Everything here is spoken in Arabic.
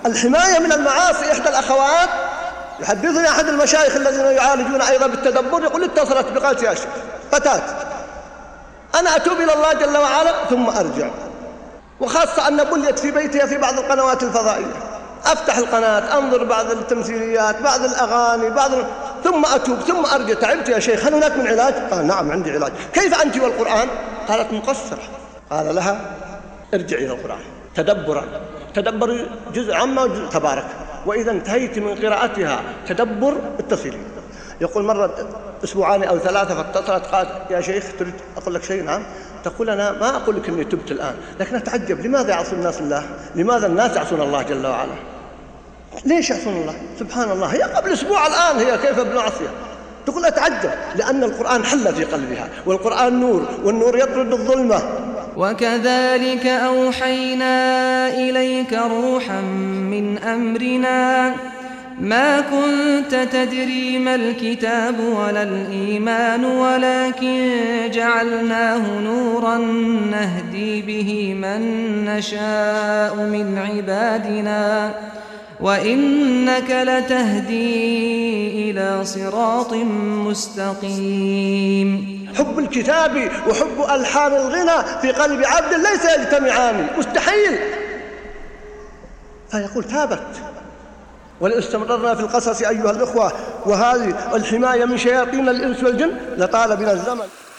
الحماية من المعاصي. إحدى الأخوات يحدثني أحد المشايخ الذين يعالجون أيضا بالتدبر، يقول اتصلت بقالت يا شيخ فتاة أنا أتوب إلى الله جل وعلا ثم أرجع، وخاصة أن بليت في بيتها في بعض القنوات الفضائية، أفتح القناة أنظر بعض التمثيليات بعض الأغاني ثم أتوب ثم أرجع. تعبت يا شيخ، هل هناك من علاج؟ قال نعم عندي علاج. كيف أنت والقرآن؟ قالت مقصرة. قال لها ارجع إلى القرآن تدبر جزء عما وجزء تبارك، وإذا انتهيت من قراءتها تدبر اتصلي. يقول مرة أسبوعان أو 3 فاتصلت قالت يا شيخ تريد أقول لك شيء؟ نعم. تقول أنا ما أقول لك أني تبت الآن، لكن أتعجب لماذا يعصون الناس الله؟ لماذا الناس يعصون الله جل وعلا؟ ليش يعصون الله؟ سبحان الله، هي قبل أسبوع الآن هي كيف بمعصية. تقول أتعجب لأن القرآن حل في قلبها، والقرآن نور، والنور يطرد الظلمة. وكذلك أوحينا إليك روحا من أمرنا ما كنت تدري ما الكتاب ولا الإيمان ولكن جعلناه نورا نهدي به من نشاء من عبادنا وإنك لتهدي إلى صراط مستقيم. حب الكتاب وحب ألحان الغنى في قلب عبد ليس يجتمعان، مستحيل. فيقول تابت. ولأستمررنا في القصص أيها الإخوة، وهذه الحماية من شياطين الإنس والجن لطال بنا الزمن.